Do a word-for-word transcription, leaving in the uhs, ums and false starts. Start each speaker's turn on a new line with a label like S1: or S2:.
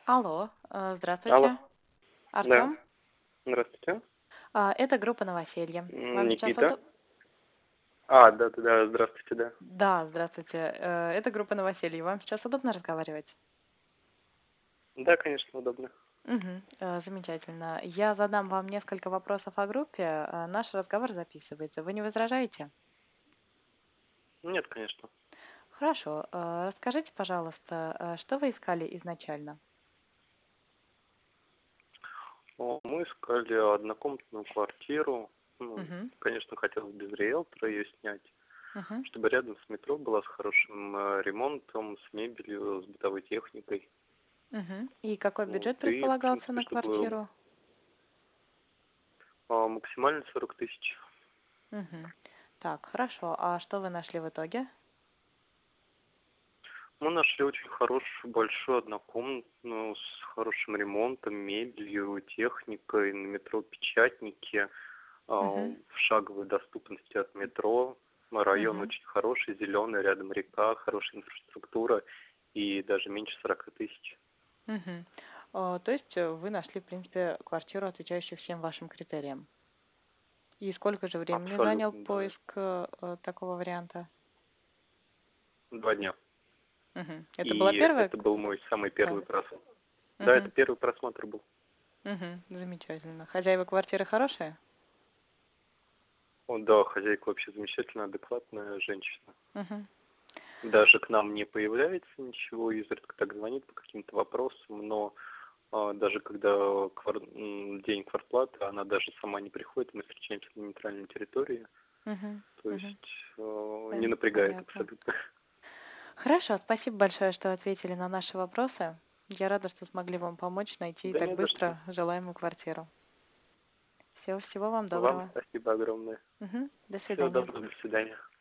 S1: Алло, э,
S2: Алло.
S1: здравствуйте.
S2: Да.
S1: Артем?
S2: Здравствуйте.
S1: А, Это группа новоселье.
S2: М,
S1: Вам сейчас
S2: Никита.
S1: удобно?
S2: А, да-да-да, здравствуйте, да.
S1: Да, здравствуйте. Э, Это группа новоселье. Вам сейчас удобно разговаривать?
S2: Да, конечно, удобно.
S1: Угу, замечательно. Я задам вам несколько вопросов о группе. э, Наш разговор записывается. Вы не возражаете?
S2: Нет, конечно.
S1: Хорошо. э, Расскажите, пожалуйста, э, что вы искали изначально?
S2: О, Мы искали однокомнатную квартиру. Ну,
S1: Угу,
S2: конечно, хотелось без риэлтора ее снять,
S1: угу,
S2: чтобы рядом с метро была, с хорошим э, ремонтом, с мебелью, с бытовой техникой.
S1: угу. И какой
S2: Вот.
S1: бюджет
S2: И, в
S1: предполагался
S2: принципе,
S1: на
S2: чтобы
S1: квартиру?
S2: а, максимально сорок тысяч.
S1: Угу. Так, хорошо. А что вы нашли в итоге?
S2: Мы нашли очень хорошую, большую однокомнатную, с хорошим ремонтом, мебелью, техникой, на метро Печатники, а,
S1: Угу,
S2: в шаговой доступности от метро. Район
S1: угу.
S2: очень хороший, зеленый, рядом река, хорошая инфраструктура и даже меньше сорока тысяч.
S1: Мгм. А, То есть э, вы нашли, в принципе, квартиру, отвечающую всем вашим критериям. И сколько же времени занял
S2: Абсолютно, да.
S1: поиск э, э, такого варианта?
S2: Два дня.
S1: Мгм. Это была
S2: И
S1: первая?
S2: это был мой самый
S1: Да.
S2: первый просмотр. Да, это
S1: Мгм.
S2: первый просмотр был.
S1: Мгм. Замечательно. Хозяева квартиры хорошие?
S2: О, да, хозяйка вообще замечательная, адекватная женщина.
S1: Мгм.
S2: Даже к нам не появляется ничего, изредка так звонит по каким-то вопросам, но а, даже когда квар- м, день квартплаты, она даже сама не приходит, мы встречаемся на нейтральной территории,
S1: Мгм.
S2: то
S1: Мгм.
S2: есть э, не
S1: Пон-
S2: напрягает
S1: Понятно.
S2: абсолютно.
S1: Хорошо, спасибо большое, что ответили на наши вопросы. Я рада, что смогли вам помочь найти
S2: Да
S1: так
S2: не за что.
S1: быстро желаемую квартиру. Всего, всего вам
S2: Вам
S1: доброго.
S2: спасибо огромное.
S1: Мгм. До
S2: Всего
S1: свидания.
S2: доброго, до свидания.